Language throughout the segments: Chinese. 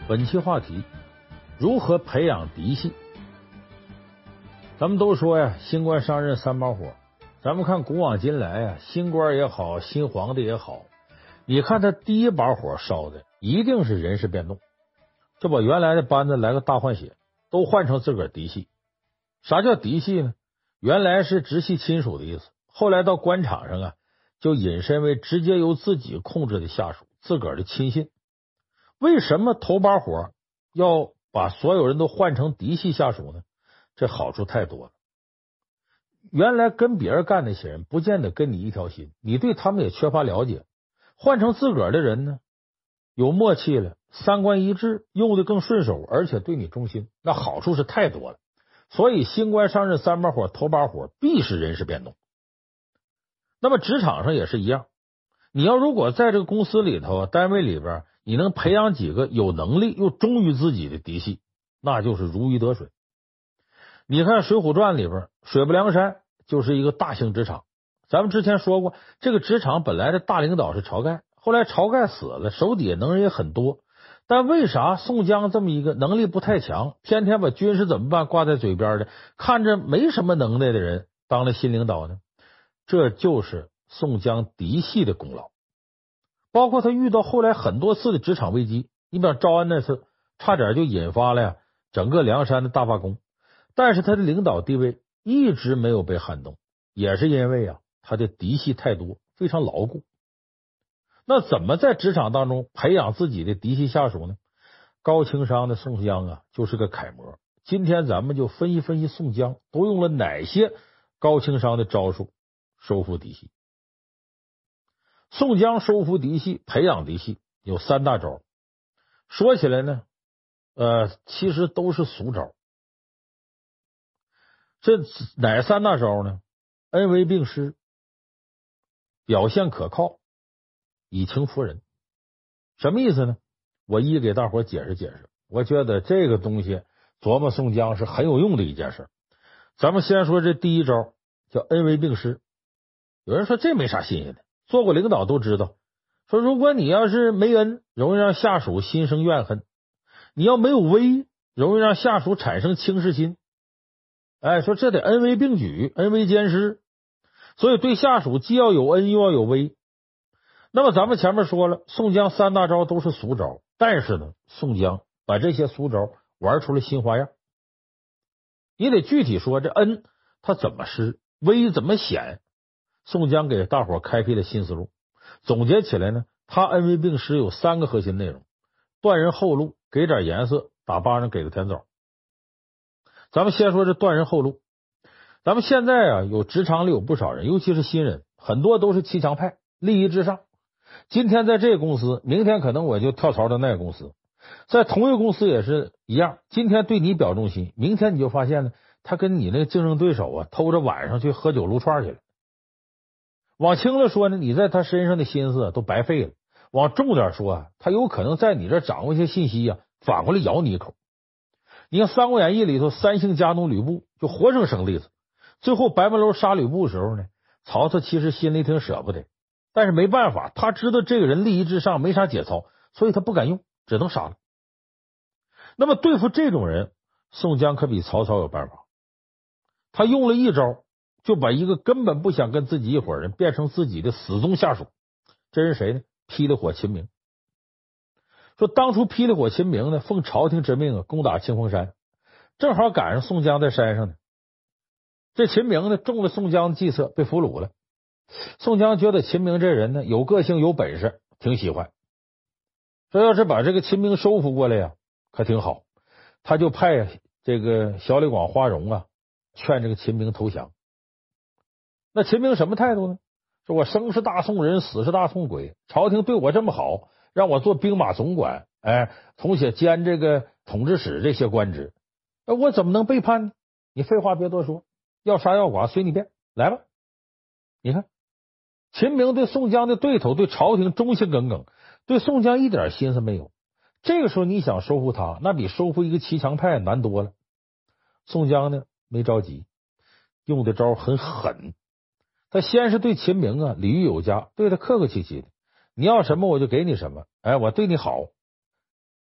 本期话题：如何培养嫡系？咱们都说呀，新官上任三把火。咱们看古往今来啊，新官也好，新皇帝也好，你看他第一把火烧的一定是人事变动，就把原来的班子来个大换血，都换成自个儿嫡系。啥叫嫡系呢？原来是直系亲属的意思，后来到官场上啊，就引申为直接由自己控制的下属，自个儿的亲信。为什么头把火要把所有人都换成嫡系下属呢？这好处太多了。原来跟别人干那些人不见得跟你一条心，你对他们也缺乏了解。换成自个儿的人呢，有默契了，三观一致，用的更顺手，而且对你忠心，那好处是太多了。所以新官上任三把火，头把火必是人事变动。那么职场上也是一样，你要如果在这个公司里头单位里边，你能培养几个有能力又忠于自己的嫡系，那就是如鱼得水。你看《水浒传》里边，水泊梁山就是一个大型职场。咱们之前说过，这个职场本来的大领导是晁盖，后来晁盖死了，手底下能人也很多，但为啥宋江这么一个能力不太强，天天把军事怎么办挂在嘴边的，看着没什么能耐的人当了新领导呢？这就是宋江嫡系的功劳。包括他遇到后来很多次的职场危机，你比方招安那次，差点就引发了整个梁山的大罢工，但是他的领导地位一直没有被撼动，也是因为他的嫡系太多，非常牢固。那怎么在职场当中培养自己的嫡系下属呢？高情商的宋江就是个楷模。今天咱们就分析分析宋江都用了哪些高情商的招数收服嫡系。宋江收服嫡系，培养嫡系有三大招。说起来呢，其实都是俗招。这哪三大招呢？恩威并施，表现可靠，以情服人。什么意思呢？我一给大伙解释解释。我觉得这个东西琢磨宋江是很有用的一件事。咱们先说这第一招，叫恩威并施。有人说这没啥新鲜的，做过领导都知道，说如果你要是没恩，容易让下属心生怨恨；你要没有威，容易让下属产生轻视心。说这得恩威并举，恩威兼施，所以对下属既要有恩又要有威。那么咱们前面说了，宋江三大招都是俗招，但是呢，宋江把这些俗招玩出了新花样。你得具体说这恩他怎么施，威怎么显。宋江给大伙开辟了新思路，总结起来呢，他恩威并施有三个核心内容：断人后路，给点颜色，打巴掌给个甜枣。咱们先说这断人后路。咱们现在有职场里有不少人，尤其是新人，很多都是欺强派，利益至上。今天在这个公司，明天可能我就跳槽到那个公司。在同一个公司也是一样，今天对你表忠心，明天你就发现呢，他跟你那个竞争对手偷着晚上去喝酒撸串去了。往轻了说呢，你在他身上的心思都白费了；往重点说他有可能在你这掌握一些信息反过来咬你一口。你看《三国演义》里头，三姓家奴吕布就活生例子。最后白门楼杀吕布的时候呢，曹操其实心里挺舍不得，但是没办法，他知道这个人利益至上，没啥节操，所以他不敢用，只能杀了。那么对付这种人，宋江可比曹操有办法。他用了一招，就把一个根本不想跟自己一伙人变成自己的死忠下属。这是谁呢？霹雳火秦明。说当初霹雳火秦明呢，奉朝廷之命攻打清风山，正好赶上宋江在山上呢。这秦明呢中了宋江的计策，被俘虏了。宋江觉得秦明这人呢有个性有本事，挺喜欢。说要是把这个秦明收服过来可挺好。他就派这个小李广、花荣劝这个秦明投降。那秦明什么态度呢？说我生是大宋人，死是大宋鬼，朝廷对我这么好，让我做兵马总管，同且兼这个统制使这些官职，我怎么能背叛呢？你废话别多说，要杀要剐随你便，来吧。你看秦明对宋江的对头，对朝廷忠心耿耿，对宋江一点心思没有。这个时候你想收服他，那比收服一个骑墙派难多了。宋江呢没着急，用的招很狠。他先是对秦明礼遇有加，对他客客气气的，你要什么我就给你什么，我对你好。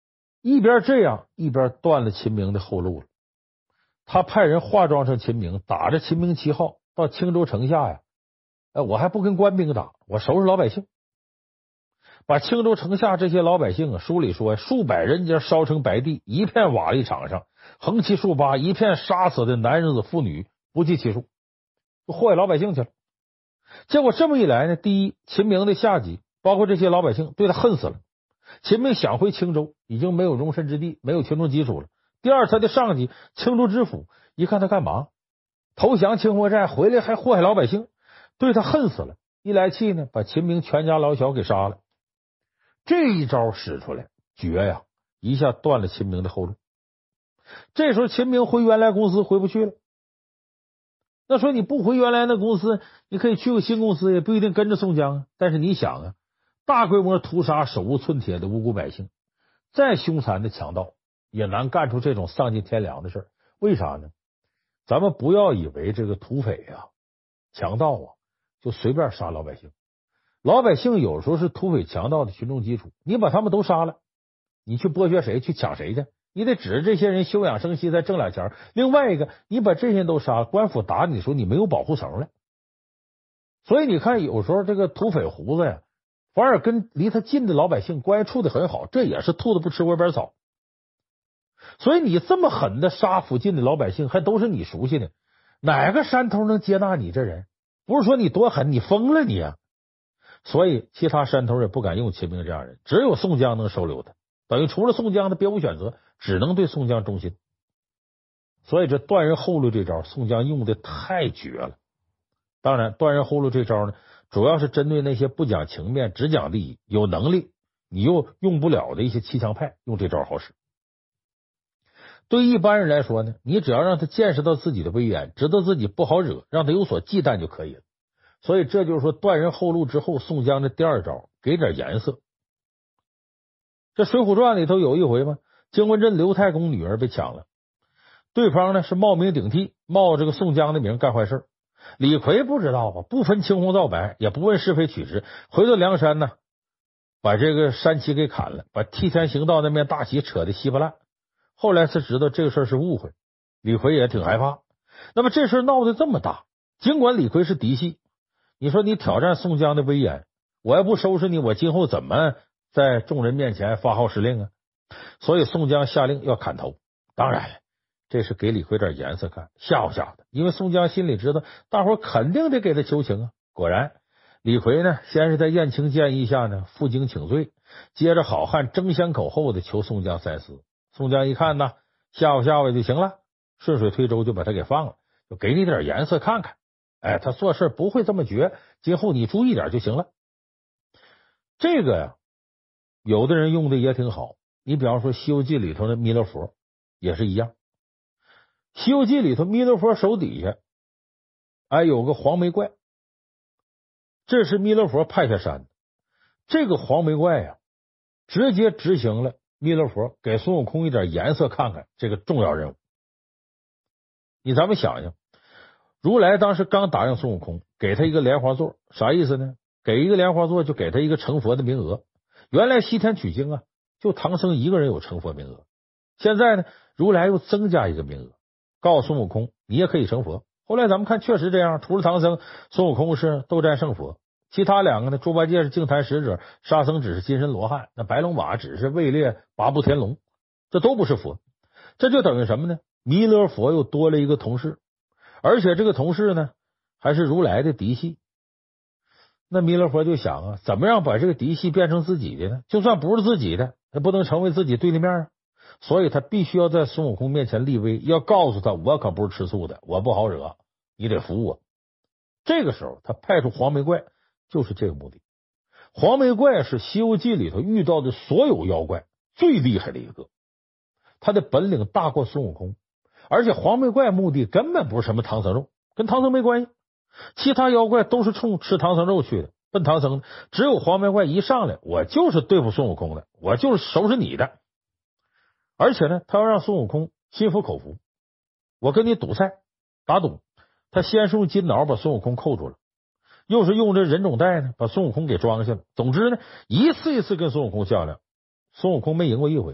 一边这样，一边断了秦明的后路了。他派人化妆成秦明，打着秦明旗号到青州城下呀，我还不跟官兵打，我收拾老百姓，把青州城下这些老百姓书里说数百人家烧成白地，一片瓦砾场上，横七竖八，一片杀死的男人子妇女不计其数，就祸害老百姓去了。结果这么一来呢，第一，秦明的下级包括这些老百姓对他恨死了。秦明想回青州，已经没有容身之地，没有群众基础了。第二，他的上级青州知府一看他干嘛投降清河寨回来还祸害老百姓，对他恨死了。一来气呢，把秦明全家老小给杀了。这一招使出来绝呀，一下断了秦明的后路。这时候秦明回原来公司回不去了。那说你不回原来那公司，你可以去个新公司，也不一定跟着宋江啊。但是你想啊，大规模屠杀手无寸铁的无辜百姓，再凶残的强盗也难干出这种丧尽天良的事儿。为啥呢？咱们不要以为这个土匪啊、强盗啊就随便杀老百姓，老百姓有时候是土匪强盗的群众基础，你把他们都杀了，你去剥削谁，去抢谁去？你得指着这些人休养生息，再挣俩钱。另外一个，你把这些人都杀了，官府打你的时候你没有保护层了。所以你看，有时候这个土匪胡子呀，反而跟离他近的老百姓关系处的很好，这也是兔子不吃窝边草。所以你这么狠的杀附近的老百姓，还都是你熟悉的，哪个山头能接纳你这人？不是说你多狠，你疯了你啊！所以其他山头也不敢用秦明这样人，只有宋江能收留他，等于除了宋江他别无选择，只能对宋江忠心。所以这断人后路这招，宋江用的太绝了。当然，断人后路这招呢，主要是针对那些不讲情面、只讲利益、有能力你又用不了的一些欺强派，用这招好使。对一般人来说呢，你只要让他见识到自己的威严，知道自己不好惹，让他有所忌惮就可以了。所以这就是说，断人后路之后，宋江的第二招，给点颜色。这《水浒传》里头有一回嘛，姜文镇刘太公女儿被抢了，对方呢是冒名顶替，冒这个宋江的名干坏事。李逵不知道啊，不分青红皂白，也不问是非曲直，回到梁山呢，把这个山旗给砍了，把替天行道那面大旗扯得稀巴烂。后来才知道这个事儿是误会，李逵也挺害怕。那么这事闹得这么大，尽管李逵是嫡系，你说你挑战宋江的威严，我要不收拾你，我今后怎么在众人面前发号施令啊？所以宋江下令要砍头。当然了，这是给李逵点颜色看，吓唬吓唬他，因为宋江心里知道大伙肯定得给他求情啊。果然李逵呢，先是在燕青建议下呢负荆请罪，接着好汉争先恐后的求宋江三思。宋江一看呢，吓唬吓唬就行了，顺水推舟就把他给放了，就给你点颜色看看。哎，他做事不会这么绝，今后你注意点就行了。这个呀，有的人用的也挺好。你比方说《西游记》里头的弥勒佛也是一样，《西游记》里头弥勒佛手底下有个黄眉怪，这是弥勒佛派下山的。这个黄眉怪呀，直接执行了弥勒佛给孙悟空一点颜色看看这个重要任务。咱们想想，如来当时刚答应孙悟空给他一个莲花座，啥意思呢？给一个莲花座就给他一个成佛的名额。原来西天取经啊，就唐僧一个人有成佛名额，现在呢，如来又增加一个名额，告诉孙悟空你也可以成佛。后来咱们看确实这样，除了唐僧，孙悟空是斗战胜佛，其他两个呢，猪八戒是净坛使者，沙僧只是金身罗汉，那白龙马只是位列八部天龙，这都不是佛。这就等于什么呢？弥勒佛又多了一个同事，而且这个同事呢还是如来的嫡系。那弥勒佛就想啊，怎么样把这个嫡系变成自己的呢？就算不是自己的，也不能成为自己对立面啊。所以他必须要在孙悟空面前立威，要告诉他我可不是吃素的，我不好惹，你得服我。这个时候他派出黄眉怪，就是这个目的。黄眉怪是《西游记》里头遇到的所有妖怪最厉害的一个，他的本领大过孙悟空，而且黄眉怪目的根本不是什么唐僧肉，跟唐僧没关系。其他妖怪都是冲吃唐僧肉去的，奔唐僧的，只有黄眉怪一上来，我就是对付孙悟空的，我就是收拾你的。而且呢，他要让孙悟空心服口服，我跟你赌赛打赌，他先是用金挠把孙悟空扣住了，又是用这人种带呢把孙悟空给装下了。总之呢，一次一次跟孙悟空较量，孙悟空没赢过一回，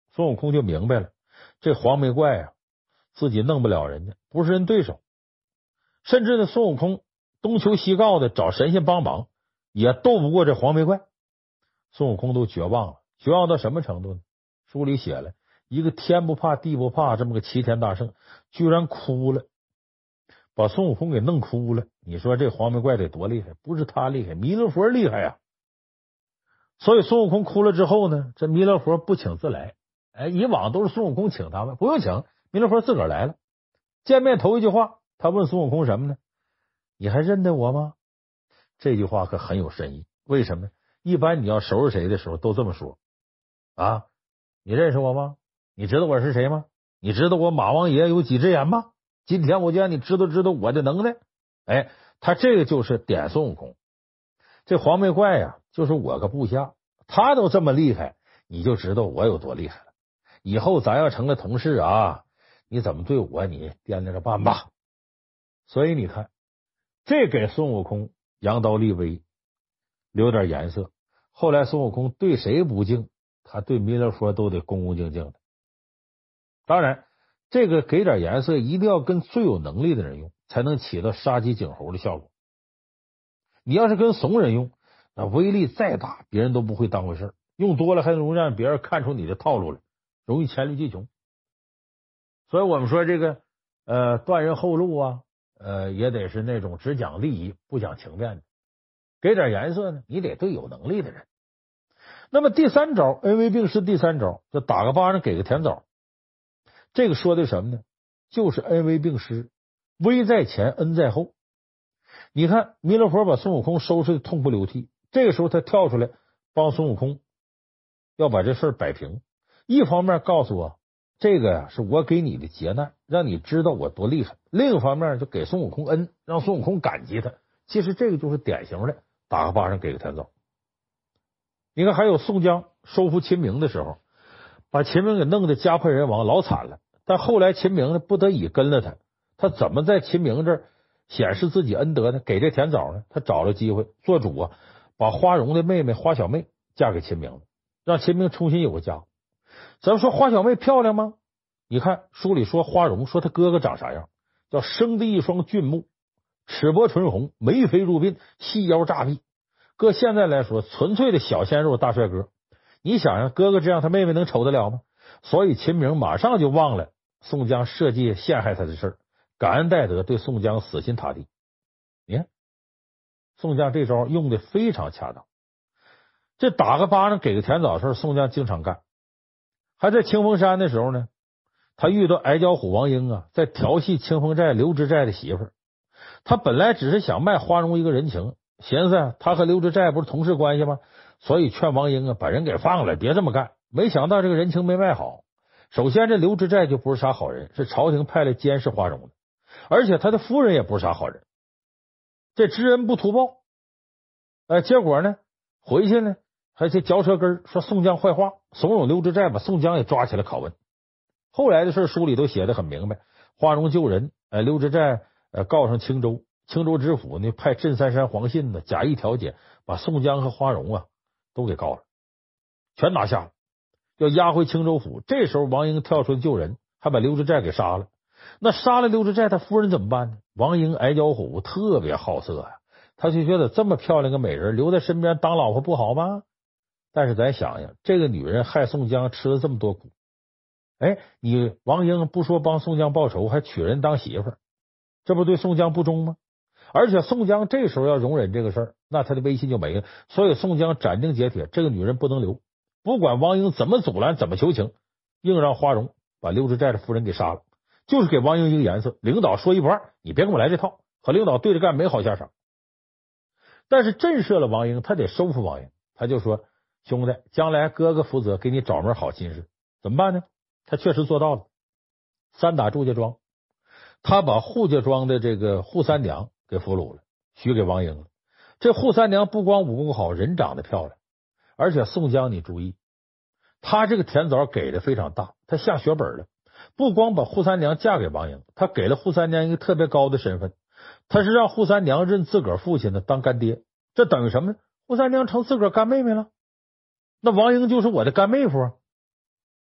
孙悟空就明白了，这黄眉怪啊，自己弄不了人家，不是人对手。甚至呢，孙悟空东求西告的找神仙帮忙，也斗不过这黄眉怪。孙悟空都绝望了，绝望到什么程度呢？书里写了一个天不怕地不怕这么个齐天大圣，居然哭了，把孙悟空给弄哭了。你说这黄眉怪得多厉害？不是他厉害，弥勒佛厉害呀。所以孙悟空哭了之后呢，这弥勒佛不请自来。以往都是孙悟空请他们，不用请，弥勒佛自个儿来了。见面头一句话，他问孙悟空什么呢？你还认得我吗？这句话可很有深意。为什么？一般你要收拾谁的时候都这么说啊，你认识我吗？你知道我是谁吗？你知道我马王爷有几只眼吗？今天我就让你知道我的能耐。他这个就是点孙悟空。这黄眉怪呀，就是我个部下，他都这么厉害，你就知道我有多厉害了。以后咱要成了同事啊，你怎么对我，你掂量着办吧。所以你看，这给孙悟空扬刀立威，留点颜色。后来孙悟空对谁不敬，他对弥勒佛都得恭恭敬敬的。当然，这个给点颜色一定要跟最有能力的人用，才能起到杀鸡儆猴的效果。你要是跟怂人用，那威力再大，别人都不会当回事，用多了还容易让别人看出你的套路来，容易黔驴技穷。所以我们说这个断人后路啊，也得是那种只讲利益不讲情面的。给点颜色呢，你得对有能力的人。那么第三招，恩威并施，第三招就打个巴掌给个甜枣。这个说的什么呢？就是恩威并施，威在前，恩在后。你看弥勒佛把孙悟空收拾的痛哭流涕，这个时候他跳出来帮孙悟空要把这事摆平。一方面告诉我这个是我给你的劫难，让你知道我多厉害；另一方面就给孙悟空恩，让孙悟空感激他。其实这个就是典型的打个巴掌给个甜枣。你看还有宋江收服秦明的时候，把秦明给弄得家破人亡，老惨了。但后来秦明呢不得已跟了他，他怎么在秦明这儿显示自己恩德呢？给这甜枣呢，他找了机会做主啊，把花荣的妹妹花小妹嫁给秦明了，让秦明重新有个家。咱们说花小妹漂亮吗？你看书里说花荣说他哥哥长啥样，叫生的一双俊目，齿薄唇红，眉飞入鬓，细腰炸臂。搁现在来说，纯粹的小鲜肉大帅哥。你想想哥哥这样，他妹妹能瞅得了吗？所以秦明马上就忘了宋江设计陷害他的事儿，感恩戴德，对宋江死心塌地。你看宋江这招用的非常恰当。这打个巴掌给个甜枣事儿，宋江经常干。还在清风山的时候呢，他遇到矮脚虎王英啊，在调戏清风寨刘知寨的媳妇儿。他本来只是想卖花荣一个人情，寻思他和刘知寨不是同事关系吗？所以劝王英啊把人给放了，别这么干。没想到这个人情没卖好。首先这刘知寨就不是啥好人，是朝廷派来监视花荣的，而且他的夫人也不是啥好人，这知恩不图报。结果呢回去呢还去嚼舌根，说宋江坏话，怂恿刘知寨把宋江也抓起来拷问。后来的事书里都写得很明白，花荣救人，刘知寨告上青州，青州知府呢派镇三山黄信呢假意调解，把宋江和花荣啊都给告了，全拿下了，要押回青州府。这时候王英跳出来救人，还把刘知寨给杀了。那杀了刘知寨，他夫人怎么办呢？王英矮脚虎特别好色呀，他就觉得这么漂亮个美人留在身边当老婆不好吗？但是咱想想，这个女人害宋江吃了这么多苦，你王英不说帮宋江报仇，还娶人当媳妇儿，这不对宋江不忠吗？而且宋江这时候要容忍这个事儿，那他的威信就没了。所以宋江斩钉截铁，这个女人不能留，不管王英怎么阻拦，怎么求情，硬让花荣把刘知寨的夫人给杀了，就是给王英一个颜色。领导说一不二，你别跟我来这套，和领导对着干没好下场。但是震慑了王英，他得收服王英，他就说兄弟，将来哥哥负责给你找门好亲事，怎么办呢？他确实做到了。三打祝家庄，他把扈家庄的这个扈三娘给俘虏了，许给王英了。这扈三娘不光武功好，人长得漂亮，而且宋江你注意，他这个甜枣给的非常大，他下血本了，不光把扈三娘嫁给王英，他给了扈三娘一个特别高的身份，他是让扈三娘认自个儿父亲的当干爹。这等于什么呢？扈三娘成自个儿干妹妹了，那王英就是我的干妹夫啊。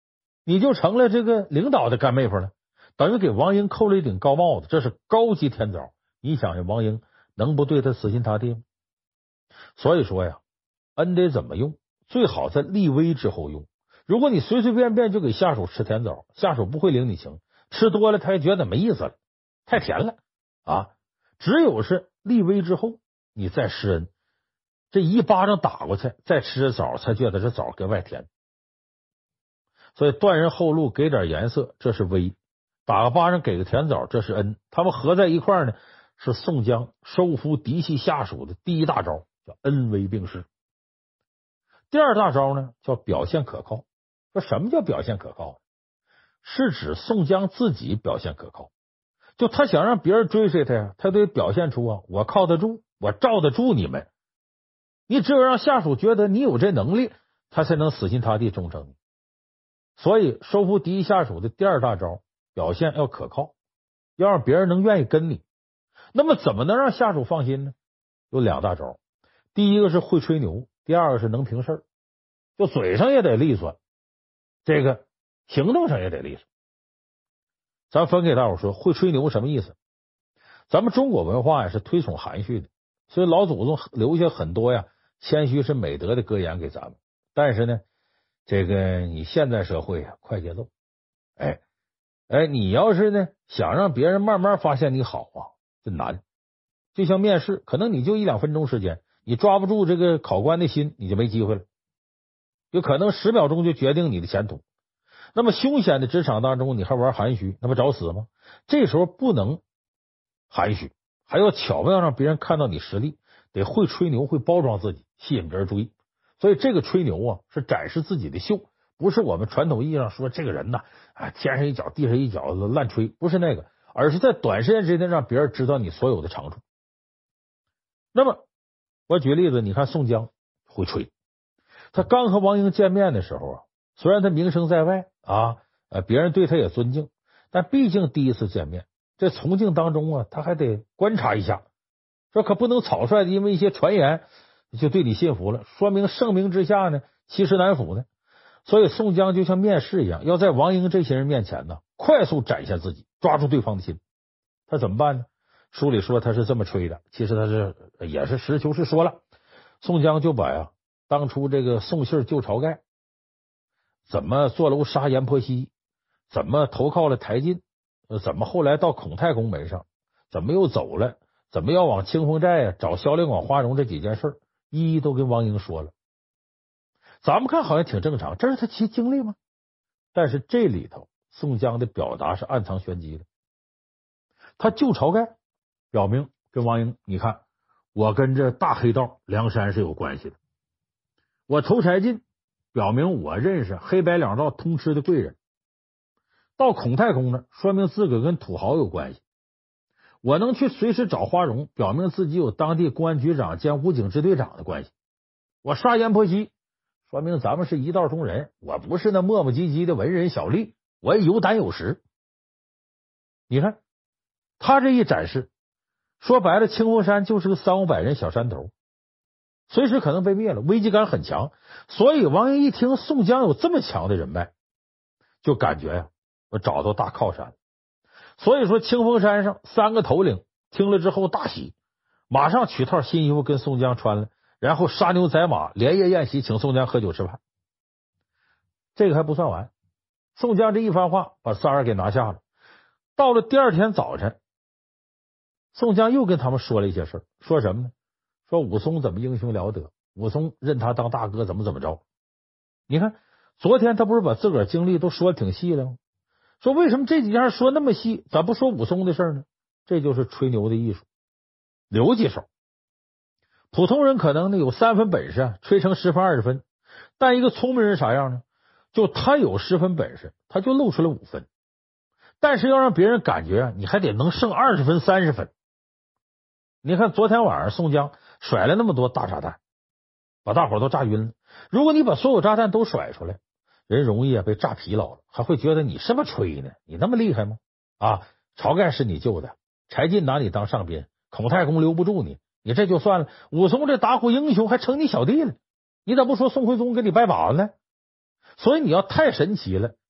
你就成了这个领导的干妹夫了，等于给王英扣了一顶高帽子，这是高级天枣。你想想，王英能不对他死心塌地吗？所以说呀，恩得怎么用，最好在立威之后用。如果你随随便便就给下属吃甜枣，下属不会领你情，吃多了他也觉得没意思了，太甜了啊。只有是立威之后，你再施恩，这一巴掌打过去，再吃着枣，才觉得这枣格外甜。所以断人后路，给点颜色，这是威；打个巴掌，给个甜枣，这是恩。他们合在一块呢，是宋江收服嫡系下属的第一大招，叫恩威并施。第二大招呢，叫表现可靠。说什么叫表现可靠？是指宋江自己表现可靠。就他想让别人追随他呀，他得表现出我靠得住，我罩得住你们。你只有让下属觉得你有这能力，他才能死心塌地忠诚你。所以收服第一下属的第二大招，表现要可靠，要让别人能愿意跟你。那么怎么能让下属放心呢？有两大招，第一个是会吹牛，第二个是能平事儿。就嘴上也得利索，这个行动上也得利索。咱分给大伙说，会吹牛什么意思？咱们中国文化呀是推崇含蓄的，所以老祖宗留下很多呀谦虚是美德的格言给咱们。但是呢，这个你现在社会啊快节奏，你要是呢想让别人慢慢发现你好啊，这难。就像面试，可能你就1-2分钟时间，你抓不住这个考官的心，你就没机会了。有可能10秒钟就决定你的前途。那么凶险的职场当中，你还玩含蓄，那不找死吗？这时候不能含蓄，还要巧妙让别人看到你实力，得会吹牛，会包装自己，吸引别人注意。所以这个吹牛啊，是展示自己的秀，不是我们传统意义上说这个人呐天上一脚地上一脚乱吹，不是那个，而是在短时间之内让别人知道你所有的长处。那么我举例子，你看宋江会吹，他刚和王英见面的时候啊，虽然他名声在外别人对他也尊敬，但毕竟第一次见面，这从敬当中啊，他还得观察一下，说可不能草率的因为一些传言就对你信服了，说明盛名之下呢，其实难辅呢。所以宋江就像面试一样，要在王英这些人面前呢，快速展现自己，抓住对方的心。他怎么办呢？书里说他是这么吹的，其实他也是实事求是说了。宋江就把当初这个送信救晁盖，怎么坐楼杀阎婆惜，怎么投靠了台晋，怎么后来到孔太公门上，怎么又走了，怎么要往清风寨找萧令广、花荣这几件事一一都跟王英说了。咱们看好像挺正常，这是他其经历吗？但是这里头宋江的表达是暗藏玄机的。他救晁盖，表明跟王英，你看我跟这大黑道梁山是有关系的。我投柴进，表明我认识黑白两道通吃的贵人。到孔太公呢，说明自个跟土豪有关系。我能去随时找花荣，表明自己有当地公安局长兼武警支队长的关系。我杀阎婆惜，说明咱们是一道中人，我不是那磨磨唧唧的文人小吏，我也有胆有识。你看他这一展示，说白了，清风山就是个300-500人小山头，随时可能被灭了，危机感很强。所以王英一听宋江有这么强的人脉，就感觉我找到大靠山。所以说清风山上3个头领听了之后大喜，马上取套新衣服跟宋江穿了，然后杀牛宰马，连夜宴席，请宋江喝酒吃饭。这个还不算完，宋江这一番话把3人给拿下了。到了第二天早晨，宋江又跟他们说了一些事，说什么呢？说武松怎么英雄了得，武松认他当大哥，怎么着。你看昨天他不是把自个儿经历都说的挺细了吗？说为什么这几件说那么细，咋不说武松的事呢？这就是吹牛的艺术，留几手。普通人可能呢有3分本事吹成10分20分，但一个聪明人啥样呢？就他有10分本事，他就露出了5分，但是要让别人感觉你还得能剩20分30分。你看昨天晚上宋江甩了那么多大炸弹，把大伙都炸晕了。如果你把所有炸弹都甩出来，人容易被炸疲劳了，还会觉得你什么吹呢？你那么厉害吗？晁盖是你救的，柴进拿你当上宾，孔太公留不住你，你这就算了。武松这打虎英雄还成你小弟了，你咋不说宋徽宗给你拜把子呢？所以你要太神奇了，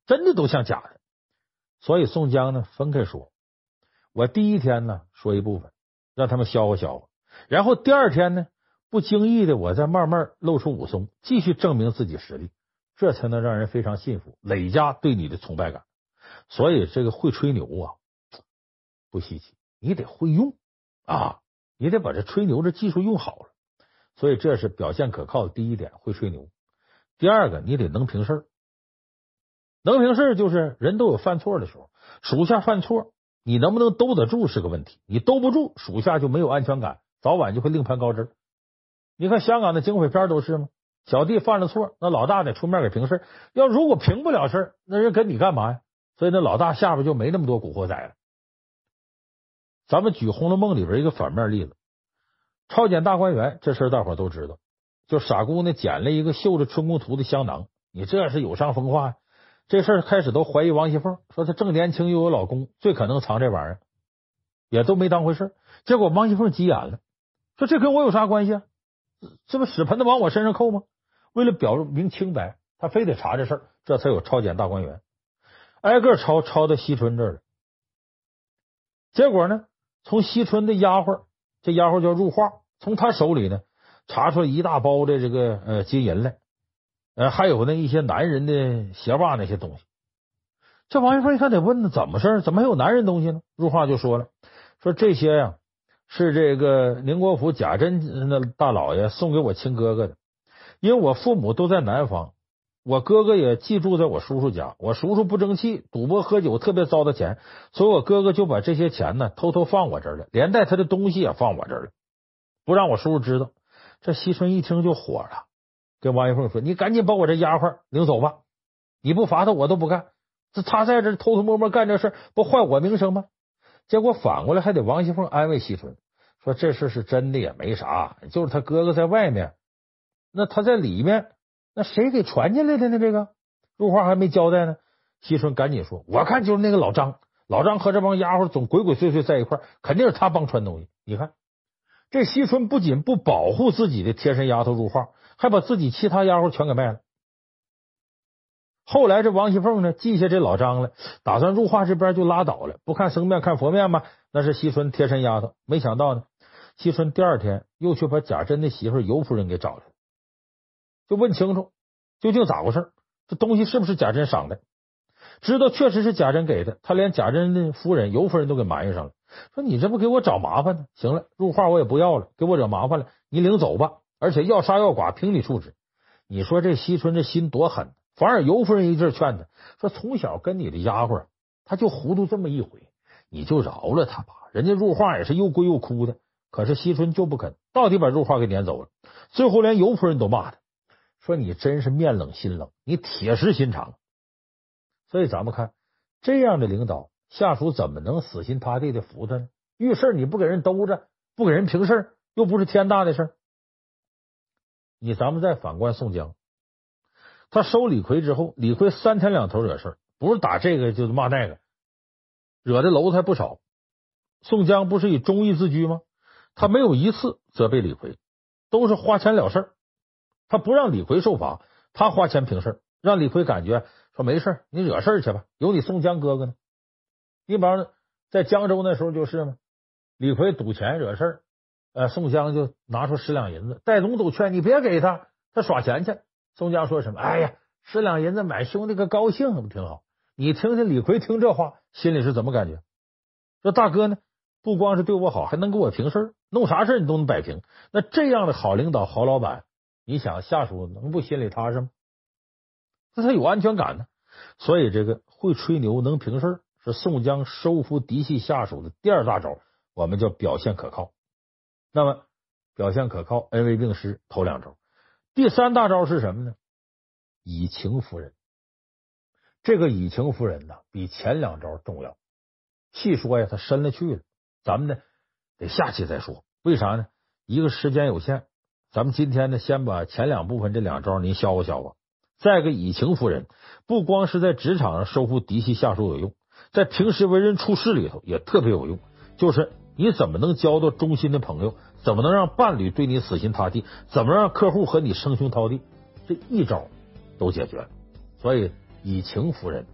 真的都像假的。所以宋江呢分开说，我第一天呢说一部分，让他们消化消化，然后第二天呢不经意的我再慢慢露出武松，继续证明自己实力，这才能让人非常信服，累加对你的崇拜感。所以这个会吹牛啊不稀奇，你得会用啊，你得把这吹牛这技术用好了。所以这是表现可靠的第一点，会吹牛。第二个，你得能平事儿。能平事儿就是人都有犯错的时候，属下犯错，你能不能兜得住是个问题。你兜不住，属下就没有安全感，早晚就会另攀高枝。你看香港的警匪片都是吗？小弟犯了错，那老大得出面给平事儿。要如果平不了事儿，那人跟你干嘛呀？所以那老大下边就没那么多古惑仔了。咱们举《红楼梦》里边一个反面例子，抄检大观园这事儿大伙都知道，就傻姑呢捡了一个绣着春宫图的香囊，你这是有伤风化呀。这事儿开始都怀疑王熙凤，说她正年轻又有老公，最可能藏这玩意儿，也都没当回事。结果王熙凤急眼了，说这跟我有啥关系啊？这不屎盆子往我身上扣吗？为了表明清白，他非得查这事儿，这才有抄检大观园，挨个抄到惜春这儿了。结果呢，从惜春的丫鬟，这丫鬟叫入画，从他手里呢查出来一大包的这个金银来，还有那一些男人的鞋袜那些东西。这王熙凤一看得问呢，怎么事？怎么还有男人东西呢？入画就说了，说这些呀是这个宁国府贾珍那大老爷送给我亲哥哥的，因为我父母都在南方，我哥哥也寄住在我叔叔家，我叔叔不争气，赌博喝酒特别糟蹋钱，所以我哥哥就把这些钱呢偷偷放我这儿了，连带他的东西也放我这儿了，不让我叔叔知道。这惜春一听就火了，跟王熙凤说，你赶紧把我这丫鬟领走吧，你不罚他我都不干，他在这偷偷摸摸干这事不坏我名声吗？结果反过来还得王熙凤安慰惜春，说这事是真的也没啥，就是他哥哥在外面，那他在里面，那谁给传进来的呢？这个入画还没交代呢。惜春赶紧说，我看就是那个老张，老张和这帮丫鬟总鬼鬼祟祟在一块，肯定是他帮传东西。你看这惜春不仅不保护自己的贴身丫头入画，还把自己其他丫鬟全给卖了。后来这王熙凤呢记下这老张了，打算入画这边就拉倒了，不看僧面看佛面嘛，那是惜春贴身丫头。没想到呢，惜春第二天又去把贾珍的媳妇尤夫人给找来，就问清楚究竟咋回事，这东西是不是贾珍赏的。知道确实是贾珍给的，他连贾珍的夫人尤夫人都给埋怨上了，说你这不给我找麻烦呢？行了，入画我也不要了，给我惹麻烦了，你领走吧，而且要杀要剐凭你处置。你说这惜春这心多狠，反而尤夫人一阵劝他说，从小跟你的丫鬟他就糊涂这么一回，你就饶了他吧，人家入画也是又跪又哭的。可是惜春就不肯，到底把入画给撵走了，最后连尤夫人都骂他，说你真是面冷心冷，你铁石心肠。所以咱们看这样的领导，下属怎么能死心塌地的服他呢？遇事你不给人兜着，不给人平事，又不是天大的事。咱们再反观宋江，他收李逵之后，李逵三天两头惹事，不是打这个就是骂那个，惹的娄子还不少。宋江不是以忠义自居吗？他没有一次责备李逵，都是花钱了事，他不让李逵受罚，他花钱平事，让李逵感觉说没事，你惹事去吧，有你宋江哥哥呢。你比方在江州那时候就是嘛，李逵赌钱惹事，宋江就拿出10两银子，戴宗都劝你别给他，他耍钱去。宋江说什么？哎呀，10两银子买兄弟个高兴，不挺好？你听听李逵听这话，心里是怎么感觉？说大哥呢，不光是对我好，还能给我平事，弄啥事你都能摆平。那这样的好领导、好老板，你想下属能不心里踏实吗？那他有安全感呢。所以这个会吹牛、能平事是宋江收服嫡系下属的第二大招，我们叫表现可靠。那么表现可靠，恩威并施，头2招。第3大招是什么呢？以情服人。这个以情服人呢，比前2招重要。细说呀，他深了去了，咱们呢得下期再说。为啥呢？一个时间有限，咱们今天呢先把前2部分这2招您消化消化。再一个，以情服人，不光是在职场上收服嫡系下属有用，在平时为人处事里头也特别有用。就是你怎么能交到忠心的朋友，怎么能让伴侣对你死心塌地，怎么让客户和你称兄道弟，这一招都解决了。所以以情服人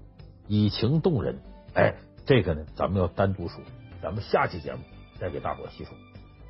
以情动人。哎，这个呢，咱们要单独说，咱们下期节目再给大伙细说。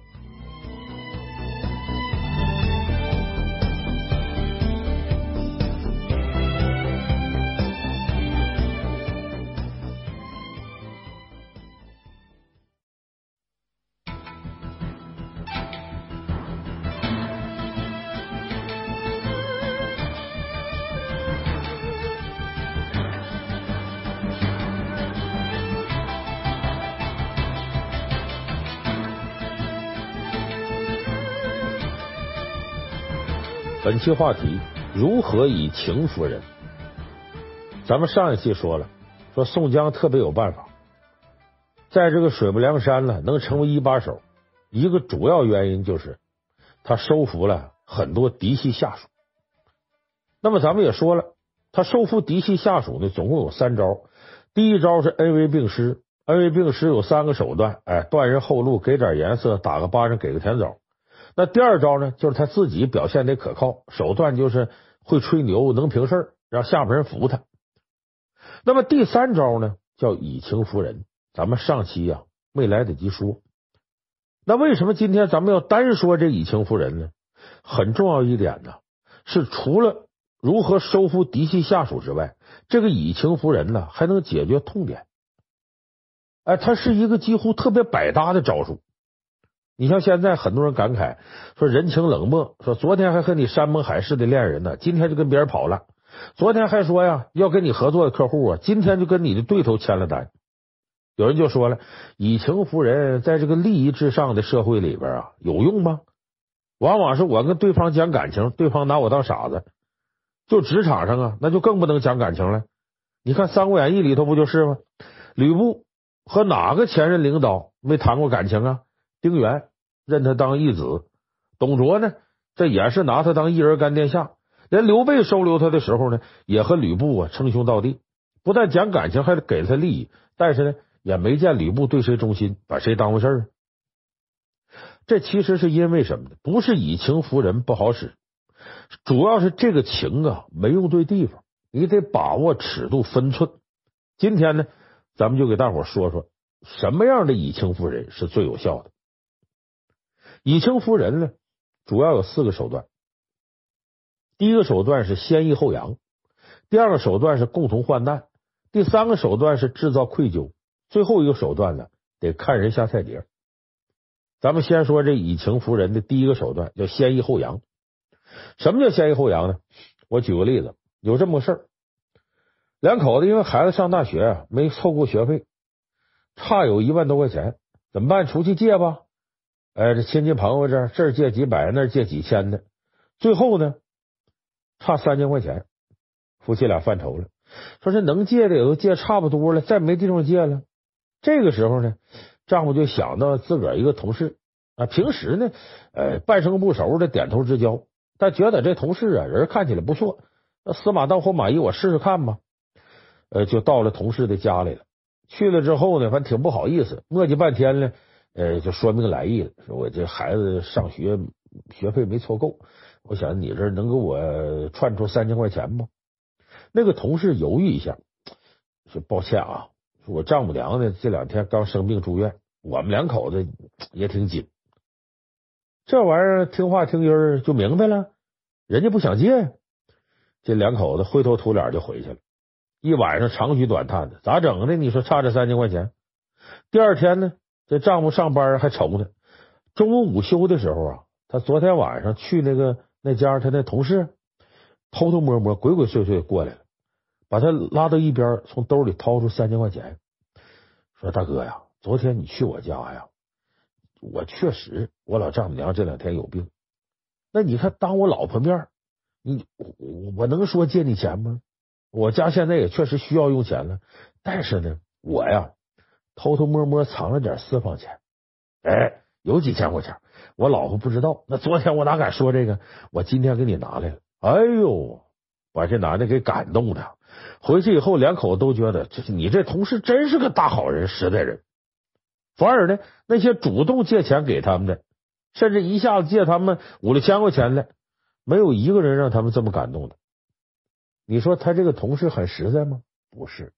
本期话题：如何以情服人？咱们上一期说了，说宋江特别有办法，在这个水泊梁山呢，能成为一把手，一个主要原因就是他收服了很多嫡系下属。那么咱们也说了，他收服嫡系下属呢，总共有3招。第一招是恩威并施，恩威并施有3个手段，断人后路，给点颜色，打个巴掌，给个甜枣。那第二招呢，就是他自己表现得可靠，手段就是会吹牛，能平事儿，让下边人服他。那么第3招呢，叫以情服人。咱们上期没来得及说。那为什么今天咱们要单说这以情服人呢？很重要一点呢，是除了如何收服嫡系下属之外，这个以情服人呢，还能解决痛点。它是一个几乎特别百搭的招数。你像现在很多人感慨说人情冷漠，说昨天还和你山盟海誓的恋人呢，今天就跟别人跑了；昨天还说要跟你合作的客户今天就跟你的对头签了单。有人就说了，以情服人在这个利益至上的社会里边有用吗？往往是我跟对方讲感情，对方拿我当傻子。就职场上那就更不能讲感情了。你看《三国演义》里头不就是吗？吕布和哪个前任领导没谈过感情啊？丁原认他当义子，董卓呢，这也是拿他当一人干殿下。连刘备收留他的时候呢，也和吕布称兄道弟，不但讲感情，还给他利益，但是呢，也没见吕布对谁忠心，把谁当回事儿。这其实是因为什么呢？不是以情服人不好使，主要是这个情没用对地方，你得把握尺度分寸。今天呢，咱们就给大伙说说什么样的以情服人是最有效的。以情服人呢，主要有4个手段。第一个手段是先抑后扬，第二个手段是共同患难，第3个手段是制造愧疚，最后一个手段呢，得看人下菜碟。咱们先说这以情服人的第一个手段，叫先抑后扬。什么叫先抑后扬呢？我举个例子，有这么个事儿，两口子因为孩子上大学没凑够学费，差有1万多块钱，怎么办？出去借吧。这亲戚朋友这儿借几百，那儿借几千的，最后呢，差3000块钱，夫妻俩犯愁了，说是能借的也都借差不多了，再没地方借了。这个时候呢，丈夫就想到自个儿一个同事平时呢，半生不熟的点头之交，但觉得这同事人看起来不错，死马当活马医，我试试看吧。就到了同事的家里了。去了之后呢，反正挺不好意思，磨叽半天呢，就说明来意了，说我这孩子上学学费没凑够，我想你这能给我串出3000块钱吗？那个同事犹豫一下，说抱歉说我丈母娘呢这2天刚生病住院，我们2口子也挺紧。这玩意儿听话听音就明白了，人家不想借，这2口子灰头土脸就回去了。一晚上长吁短叹的，咋整的？你说差这3000块钱。第二天呢，这丈夫上班还愁呢。中午午休的时候他昨天晚上去那家他那同事偷偷摸摸鬼鬼祟祟过来了，把他拉到一边，从兜里掏出3000块钱，说大哥呀，昨天你去我家我确实我老丈母娘这2天有病，那你看当我老婆面我能说借你钱吗？我家现在也确实需要用钱了，但是呢，我偷偷摸摸藏了点私房钱，有几千块钱，我老婆不知道。那昨天我哪敢说这个？我今天给你拿来了。哎呦，把这男的给感动的。回去以后2口都觉得，你这同事真是个大好人、实在人。反而呢，那些主动借钱给他们的，甚至一下子借他们5、6千块钱的，没有一个人让他们这么感动的。你说他这个同事很实在吗？不是，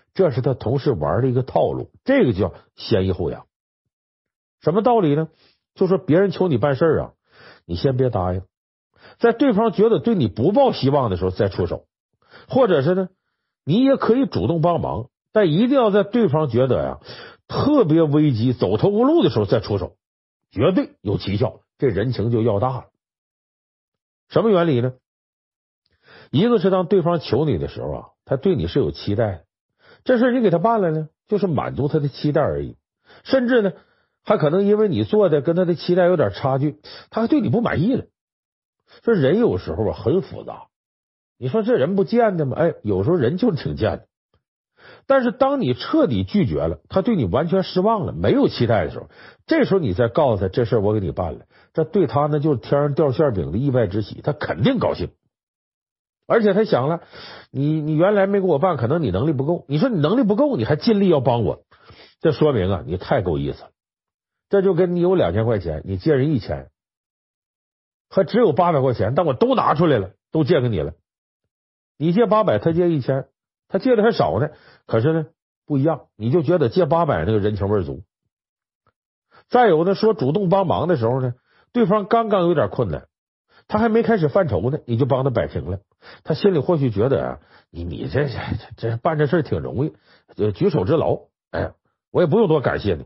这是他同事玩的一个套路，这个叫先抑后扬。什么道理呢？就说别人求你办事啊，你先别答应，在对方觉得对你不抱希望的时候再出手，或者是呢，你也可以主动帮忙，但一定要在对方觉得呀特别危机、走投无路的时候再出手，绝对有奇效，这人情就要大了。什么原理呢？一个是当对方求你的时候啊，他对你是有期待的，这事你给他办了呢，就是满足他的期待而已，甚至呢还可能因为你做的跟他的期待有点差距，他还对你不满意了。这人有时候啊很复杂，你说这人不贱的吗？哎，有时候人就是挺贱的。但是当你彻底拒绝了，他对你完全失望了，没有期待的时候，这时候你再告诉他这事我给你办了，这对他呢就是天上掉馅饼的意外之喜，他肯定高兴。而且他想了，你原来没给我办，可能你能力不够，你说你能力不够，你还尽力要帮我，这说明啊你太够意思了。这就跟你有2000块钱，你借人1000，还只有800块钱，但我都拿出来了，都借给你了。你借800，他借1000，他借的还少呢，可是呢不一样，你就觉得借800那个人情味足。再有呢，说主动帮忙的时候呢，对方刚刚有点困难，他还没开始犯愁呢，你就帮他摆平了，他心里或许觉得啊，你这办这事挺容易，举手之劳，哎，我也不用多感谢你。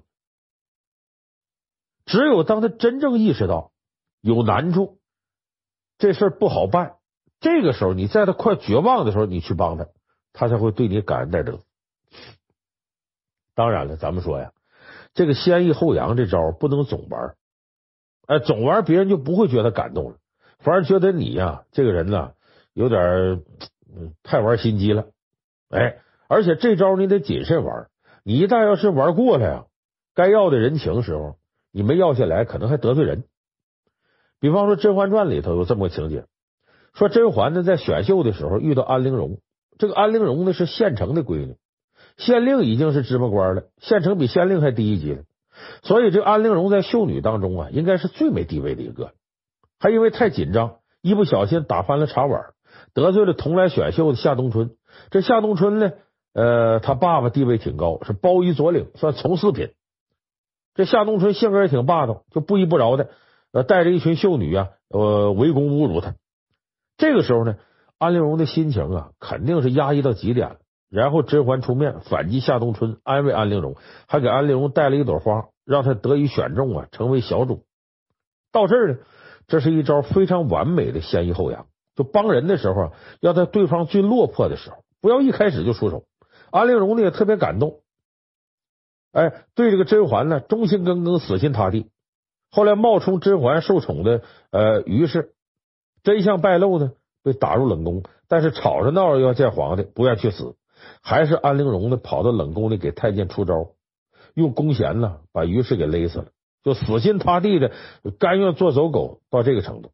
只有当他真正意识到有难处，这事不好办，这个时候你在他快绝望的时候你去帮他，他才会对你感恩戴德。当然了，咱们说呀，这个先抑后扬这招不能总玩，总玩别人就不会觉得感动了，反而觉得你呀这个人呢有点太玩心机了。而且这招你得谨慎玩，你一旦要是玩过了呀，该要的人情时候你没要下来，可能还得罪人。比方说《甄嬛传》里头有这么个情节，说甄嬛呢在选秀的时候遇到安陵容，这个安陵容呢是县城的闺女，县令已经是芝麻官了，县城比县令还低一级了，所以这安陵容在秀女当中啊应该是最没地位的一个，还因为太紧张，一不小心打翻了茶碗，得罪了同来选秀的夏冬春。这夏冬春呢他爸爸地位挺高，是包衣左领，算从四品。这夏冬春性格也挺霸道，就不依不饶的带着一群秀女啊围攻侮辱他。这个时候呢，安陵容的心情啊肯定是压抑到极点了。然后甄嬛出面反击夏冬春，安慰安陵容，还给安陵容带了一朵花，让她得以选中啊成为小主。到这儿呢，这是一招非常完美的先抑后扬，就帮人的时候啊，要在对方最落魄的时候，不要一开始就出手。安陵容呢也特别感动，对这个甄嬛呢忠心耿耿，死心塌地。后来冒充甄嬛受宠的于氏，真相败露呢，被打入冷宫，但是吵着闹着要见皇帝，不愿去死，还是安陵容呢跑到冷宫里给太监出招，用弓弦呢把于氏给勒死了，就死心塌地的甘愿做走狗到这个程度。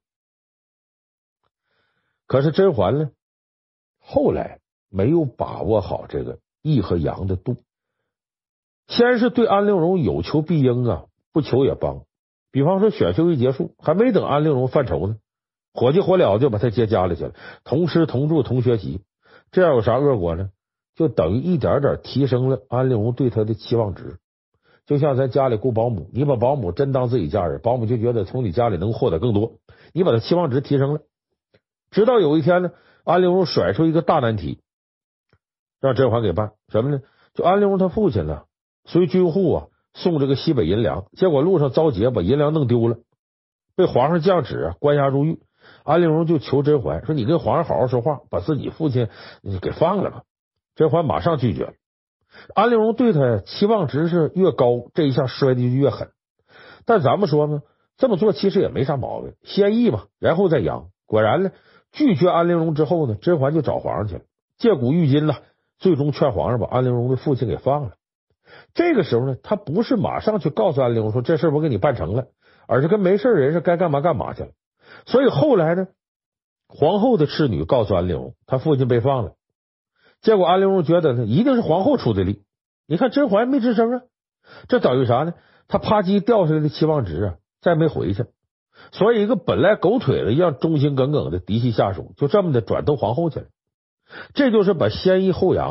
可是甄嬛呢后来没有把握好这个抑和扬的度，先是对安陵容有求必应啊，不求也帮。比方说选秀一结束，还没等安陵容犯愁呢，火急火燎就把他接家里去了，同吃同住同学习。这样有啥恶果呢？就等于一点点提升了安陵容对他的期望值。就像咱家里雇保姆，你把保姆真当自己家人，保姆就觉得从你家里能获得更多，你把他期望值提升了。直到有一天呢，安陵容甩出一个大难题，让甄嬛给办什么呢？就安陵容他父亲呢随军户啊送这个西北银粮，结果路上遭劫，把银粮弄丢了，被皇上降旨关押入狱。安陵容就求甄嬛说：“你跟皇上好好说话，把自己父亲给放了吧。”甄嬛马上拒绝了。安陵容对他期望值是越高，这一下摔的就越狠。但咱们说呢，这么做其实也没啥毛病，先抑吧，然后再扬。果然呢，拒绝安陵容之后呢，甄嬛就找皇上去了，借古喻今了，最终劝皇上把安陵容的父亲给放了。这个时候呢，他不是马上去告诉安陵容说这事我给你办成了，而是跟没事人是该干嘛干嘛去了。所以后来呢，皇后的侍女告诉安陵容他父亲被放了，结果安陵容觉得呢一定是皇后出的力，你看甄嬛没吱声啊，这等于啥呢？他啪叽掉下来的期望值啊再没回去，所以一个本来狗腿子一样忠心耿耿的嫡系下属就这么的转投皇后去了。这就是把先抑后扬啊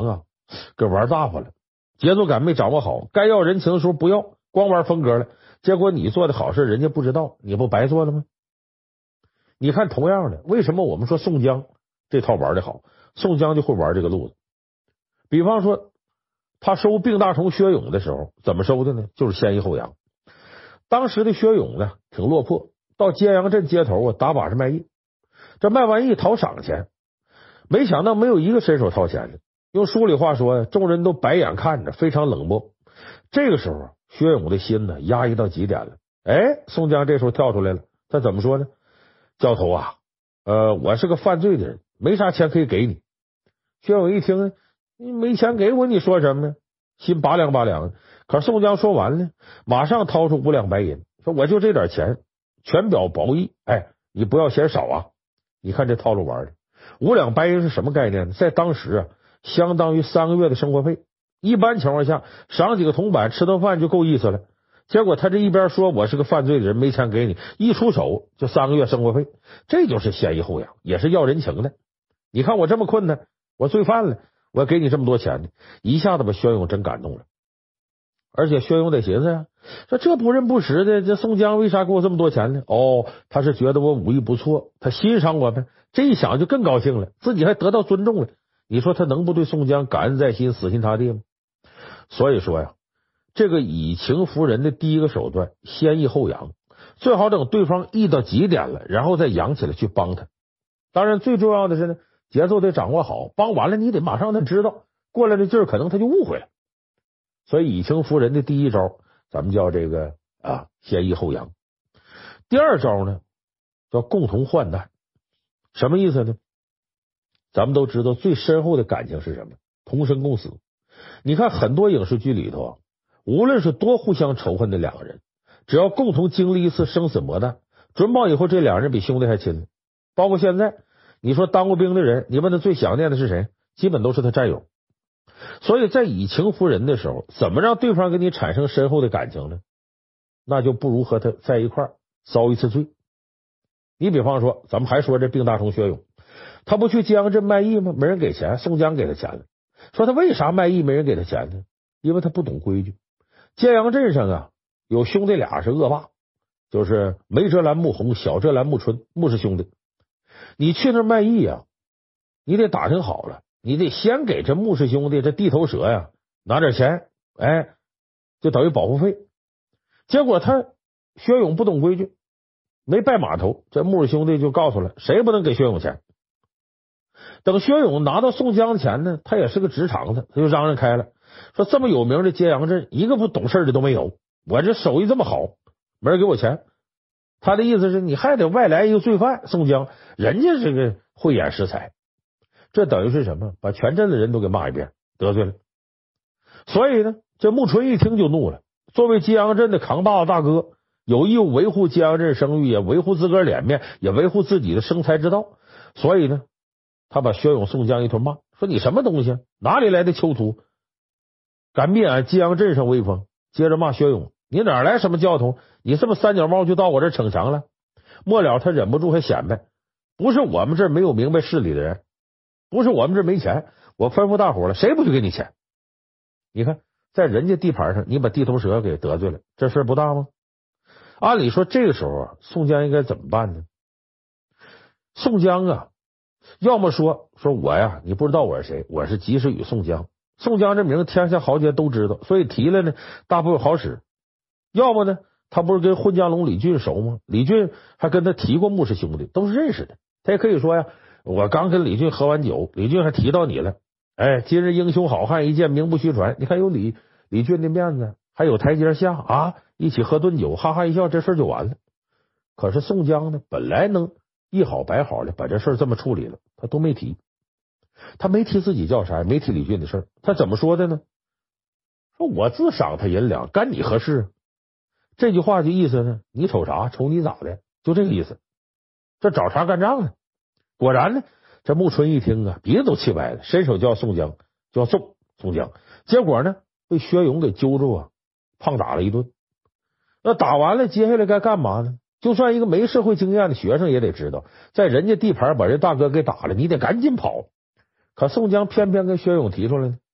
给玩大发了，节奏感没掌握好，该要人情的时候不要，光玩风格了。结果你做的好事人家不知道，你不白做了吗？你看，同样的，为什么我们说宋江这套玩的好？宋江就会玩这个路子。比方说，他收病大虫薛勇的时候，怎么收的呢？就是先抑后扬。当时的薛勇呢，挺落魄，到揭阳镇街头打把式卖艺。这卖完艺讨赏钱，没想到没有一个伸手掏钱的。用书里话说，众人都白眼看着，非常冷漠。这个时候，薛勇的心呢压抑到极点了。宋江这时候跳出来了，他怎么说呢？教头啊，我是个犯罪的人，没啥钱可以给你。薛勇一听，你没钱给我，你说什么呢？心拔凉拔凉的。可是宋江说完了，马上掏出5两白银，说我就这点钱，全表薄意，你不要嫌少啊。你看这套路玩的，5两白银是什么概念呢？在当时啊，相当于3个月的生活费。一般情况下，赏几个铜板吃顿饭就够意思了。结果他这一边说我是个犯罪的人，没钱给你，一出手就3个月生活费，这就是先抑后扬，也是要人情的。你看我这么困难，我罪犯了，我给你这么多钱呢，一下子把薛勇真感动了。而且薛勇得寻思呀，说这不认不识的，这宋江为啥给我这么多钱呢？他是觉得我武艺不错，他欣赏我呗。这一想就更高兴了，自己还得到尊重了。你说他能不对宋江感恩在心，死心塌地吗？所以说呀，这个以情服人的第一个手段，先抑后扬，最好等对方抑到极点了，然后再扬起来去帮他。当然，最重要的是呢，节奏得掌握好，帮完了你得马上让他知道，过来的劲儿可能他就误会了。所以以情服人的第一招，咱们叫这个先抑后扬。第二招呢，叫共同患难。什么意思呢？咱们都知道最深厚的感情是什么？同生共死。你看很多影视剧里头无论是多互相仇恨的2个人，只要共同经历一次生死磨难，准保以后这2人比兄弟还亲。包括现在，你说当过兵的人，你问他最想念的是谁？基本都是他战友。所以在以情服人的时候，怎么让对方跟你产生深厚的感情呢？那就不如和他在一块儿遭一次罪。你比方说，咱们还说这病大虫薛勇，他不去揭阳镇卖艺吗？没人给钱，宋江给他钱了。说他为啥卖艺没人给他钱呢？因为他不懂规矩。揭阳镇上有兄弟俩是恶霸，就是梅赭兰穆弘、小赭兰穆春，穆氏兄弟。你去那卖艺你得打听好了，你得先给这穆氏兄弟这地头蛇拿点钱，就等于保护费。结果他薛勇不懂规矩，没拜码头，这穆氏兄弟就告诉了，谁也不能给薛勇钱。等薛勇拿到宋江的钱呢，他也是个直肠子，他就嚷嚷开了，说这么有名的揭阳镇，一个不懂事的都没有，我这手艺这么好，没人给我钱。他的意思是，你还得外来一个罪犯宋江，人家这个慧眼识才，这等于是什么？把全镇的人都给骂一遍，得罪了。所以呢，这穆春一听就怒了，作为揭阳镇的扛把子大哥，有义务维护揭阳镇声誉，也维护自个儿脸面，也维护自己的生财之道。所以呢，他把薛勇、宋江一通骂，说你什么东西，哪里来的囚徒，敢灭俺揭阳镇上威风。接着骂薛勇，你哪来什么教头，你这么三脚猫就到我这逞强了。末了他忍不住还显摆，不是我们这儿没有明白事理的人，不是我们这儿没钱，我吩咐大伙了，谁不去给你钱。你看在人家地盘上你把地头蛇给得罪了，这事儿不大吗？按理说这个时候宋江应该怎么办呢？宋江要么说我你不知道我是谁，我是及时雨宋江。宋江这名天下豪杰都知道，所以提了呢大部分好使。要么呢，他不是跟混江龙李俊熟吗？李俊还跟他提过穆氏兄弟，都是认识的。他也可以说我刚跟李俊喝完酒，李俊还提到你了。今日英雄好汉一见，名不虚传。你看有李俊的面子，还有台阶下一起喝顿酒，哈哈一笑，这事就完了。可是宋江呢，本来能一好百好的把这事这么处理了，他都没提。他没提自己叫啥，没提李俊的事儿。他怎么说的呢？说我自赏他银两，干你何事？这句话就意思呢，你瞅啥？瞅你咋的？就这个意思。这找茬干仗呢。果然呢，这穆春一听鼻子都气歪了，伸手就要宋江，就要揍宋江。结果呢，被薛勇给揪住胖打了一顿。那打完了，接下来该干嘛呢？就算一个没社会经验的学生也得知道，在人家地盘把人大哥给打了，你得赶紧跑。可宋江偏偏跟薛勇提出来呢，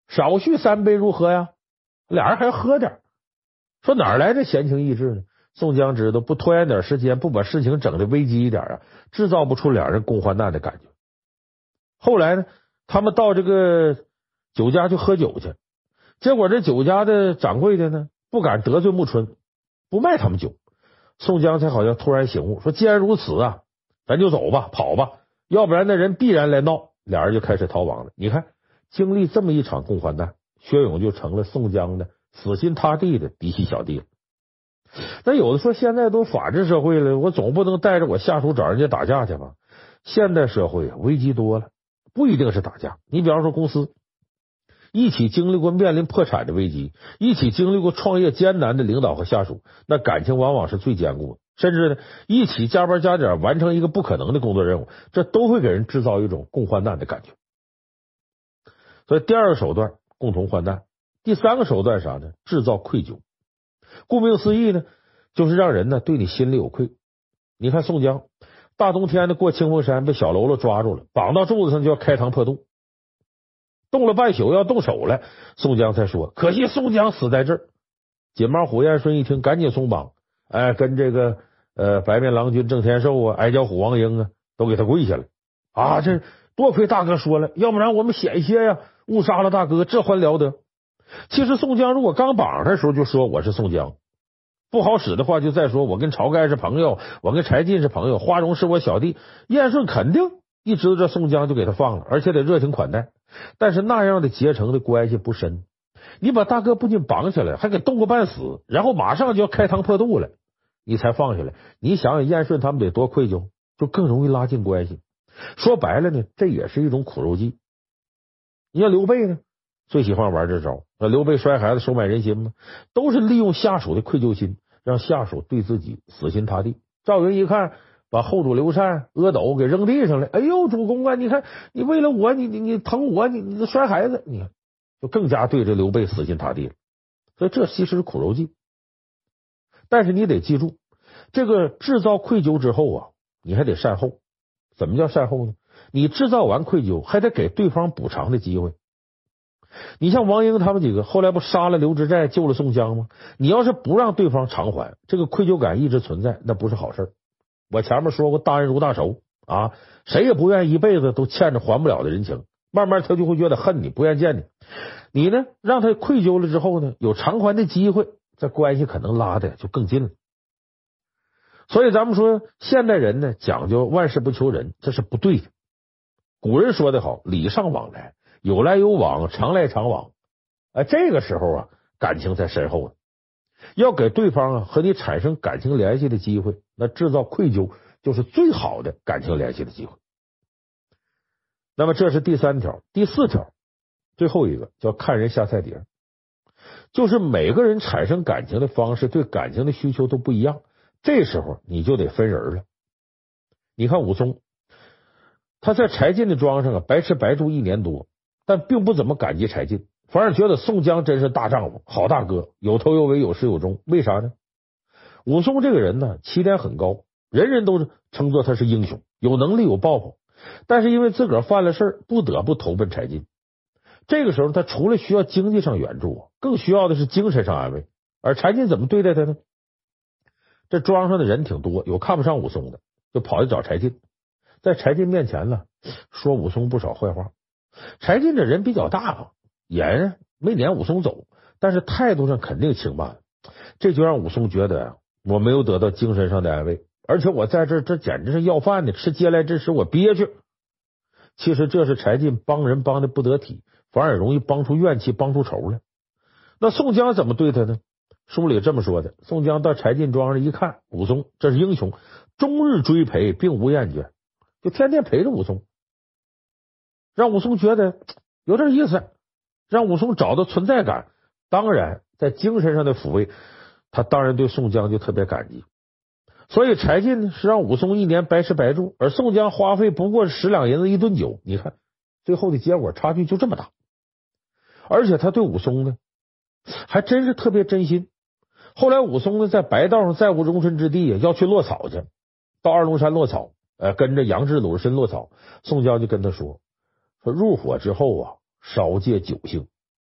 少续3杯如何呀？俩人还喝点。说哪来的闲情逸致呢？宋江知道，不拖延点时间，不把事情整的危机一点啊，制造不出两人共患难的感觉。后来呢，他们到这个酒家去喝酒去，结果这酒家的掌柜的呢，不敢得罪穆春，不卖他们酒。宋江才好像突然醒悟，说既然如此啊，咱就走吧，跑吧，要不然那人必然来闹。俩人就开始逃亡了。你看，经历这么一场共患难，薛勇就成了宋江的死心塌地的嫡系小弟了。但有的说现在都法治社会了，我总不能带着我下属找人家打架去吧？现代社会危机多了，不一定是打架。你比方说公司一起经历过面临破产的危机，一起经历过创业艰难的领导和下属，那感情往往是最坚固的。甚至呢，一起加班加点完成一个不可能的工作任务，这都会给人制造一种共患难的感觉。所以第二个手段共同患难，第三个手段啥呢？制造愧疚。顾名思义呢，就是让人呢对你心里有愧。你看宋江大冬天的过清风山，被小喽啰抓住了，绑到柱子上就要开膛破肚，动了半宿要动手了。宋江才说，可惜宋江死在这儿。锦毛虎燕顺一听，赶紧松绑，跟这个白面郎君郑天寿啊，矮脚虎王英啊，都给他跪下了啊！这多亏大哥说了，要不然我们险些呀误杀了大哥，这还了得？其实宋江如果刚绑上的时候就说我是宋江，不好使的话就再说我跟晁盖是朋友，我跟柴进是朋友，花荣是我小弟，燕顺肯定一知道这宋江就给他放了，而且得热情款待。但是那样的结成的关系不深，你把大哥不仅绑起来，还给冻个半死，然后马上就要开膛破肚了，你才放下来。你想想燕顺他们得多愧疚，就更容易拉近关系。说白了呢，这也是一种苦肉计。你像刘备呢，最喜欢玩这招。刘备摔孩子收买人心嘛，都是利用下属的愧疚心，让下属对自己死心塌地。赵云一看，把后主刘禅阿斗给扔地上了，哎呦，主公啊，你看你为了我，你疼我，你摔孩子，你看就更加对这刘备死心塌地了。所以这其实是苦肉计。但是你得记住，这个制造愧疚之后啊，你还得善后。怎么叫善后呢？你制造完愧疚，还得给对方补偿的机会。你像王英他们几个后来不杀了刘知寨，救了宋江吗？你要是不让对方偿还，这个愧疚感一直存在，那不是好事。我前面说过，大恩如大仇啊，谁也不愿意一辈子都欠着还不了的人情，慢慢他就会觉得恨你，不愿见你。你呢，让他愧疚了之后呢，有偿还的机会，这关系可能拉的就更近了。所以咱们说现代人呢讲究万事不求人，这是不对的。古人说的好，礼尚往来，有来有往，常来常往。这个时候啊，感情才深厚呢。要给对方啊和你产生感情联系的机会，那制造愧疚就是最好的感情联系的机会。那么这是第三条。第四条，最后一个叫看人下菜碟，就是每个人产生感情的方式，对感情的需求都不一样，这时候你就得分人了。你看武松，他在柴进的庄上啊白吃白住1年多，但并不怎么感激柴进，反而觉得宋江真是大丈夫，好大哥，有头有尾，有始有终。为啥呢？武松这个人呢，起点很高，人人都称作他是英雄，有能力有抱负，但是因为自个儿犯了事不得不投奔柴进。这个时候他除了需要经济上援助，更需要的是精神上安慰。而柴进怎么对待他呢？这庄上的人挺多，有看不上武松的，就跑去找柴进，在柴进面前呢说武松不少坏话。柴进这人比较大啊，也没撵武松走，但是态度上肯定轻慢，这就让武松觉得我没有得到精神上的安慰，而且我在这简直是要饭的，吃嗟来之食我憋屈。其实这是柴进帮人帮的不得体，反而容易帮出怨气，帮出仇来。那宋江怎么对他呢？书里这么说的，宋江到柴进庄上一看，武松这是英雄，终日追陪，并无厌倦，就天天陪着武松，让武松觉得有点意思，让武松找到存在感。当然在精神上的抚慰，他当然对宋江就特别感激。所以柴进呢是让武松1年白吃白住，而宋江花费不过10两银子1顿酒。你看最后的结果差距就这么大。而且他对武松呢还真是特别真心。后来武松呢在白道上再无容身之地，要去落草去，到二龙山落草，跟着杨志、鲁智深落草。宋江就跟他说入伙之后啊，少借酒性，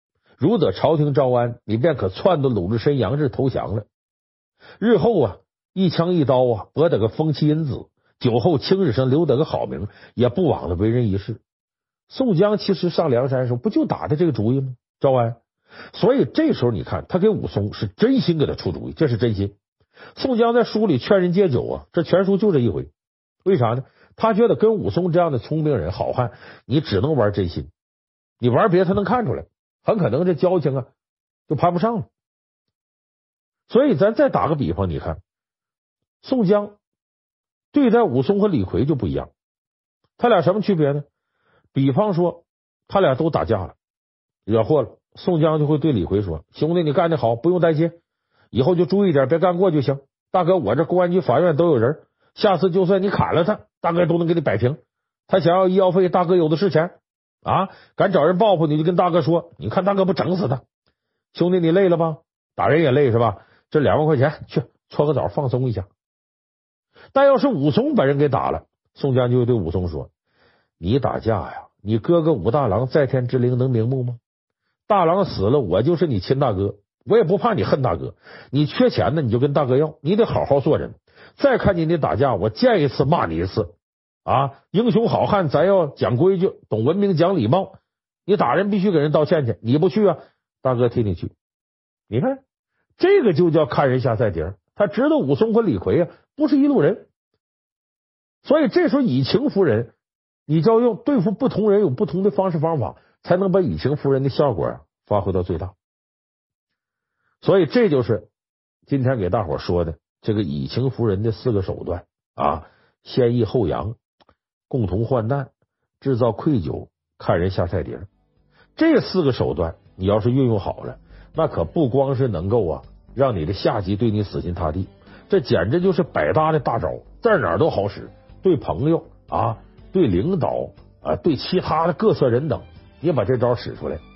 如得朝廷招安，你便可撺掇鲁智深、杨志投降了。日后啊，一枪一刀啊，博得个封妻荫子，酒后清日上留得个好名，也不枉了为人一世。宋江其实上梁山时候不就打的这个主意吗？招安。所以这时候你看，他给武松是真心给他出主意，这是真心。宋江在书里劝人戒酒啊，这全书就这一回。为啥呢？他觉得跟武松这样的聪明人、好汉，你只能玩真心，你玩别的他能看出来，很可能这交情啊就攀不上了。所以咱再打个比方，你看宋江对待武松和李逵就不一样，他俩什么区别呢？比方说他俩都打架了，惹祸了，宋江就会对李逵说：“兄弟，你干得好，不用担心，以后就注意点，别干过就行。大哥，我这公安局、法院都有人，下次就算你砍了他，大哥都能给你摆平。他想要医药费，大哥有的是钱啊！敢找人报复，你就跟大哥说，你看大哥不整死他。兄弟，你累了吧？打人也累是吧？这2万块钱，去搓个澡放松一下。”但要是武松把人给打了，宋江就会对武松说：“你打架呀，你哥哥武大郎在天之灵能瞑目吗？大郎死了，我就是你亲大哥，我也不怕你恨大哥。你缺钱呢，你就跟大哥要，你得好好做人。再看见你打架，我见一次骂你一次啊！英雄好汉，咱要讲规矩，懂文明，讲礼貌。你打人必须给人道歉去，你不去啊，大哥替你去。你看，这个就叫看人下菜碟。他知道武松和李逵啊不是一路人，所以这时候以情服人，你就要用对付不同人有不同的方式方法，才能把以情服人的效果发挥到最大。所以这就是今天给大伙说的这个以情服人的4个手段啊：先抑后扬，共同患难，制造愧疚，看人下菜碟。这4个手段你要是运用好了，那可不光是能够让你的下级对你死心塌地，这简直就是百搭的大招，在哪儿都好使。对朋友啊，对领导啊，对其他的各色人等，你把这招使出来，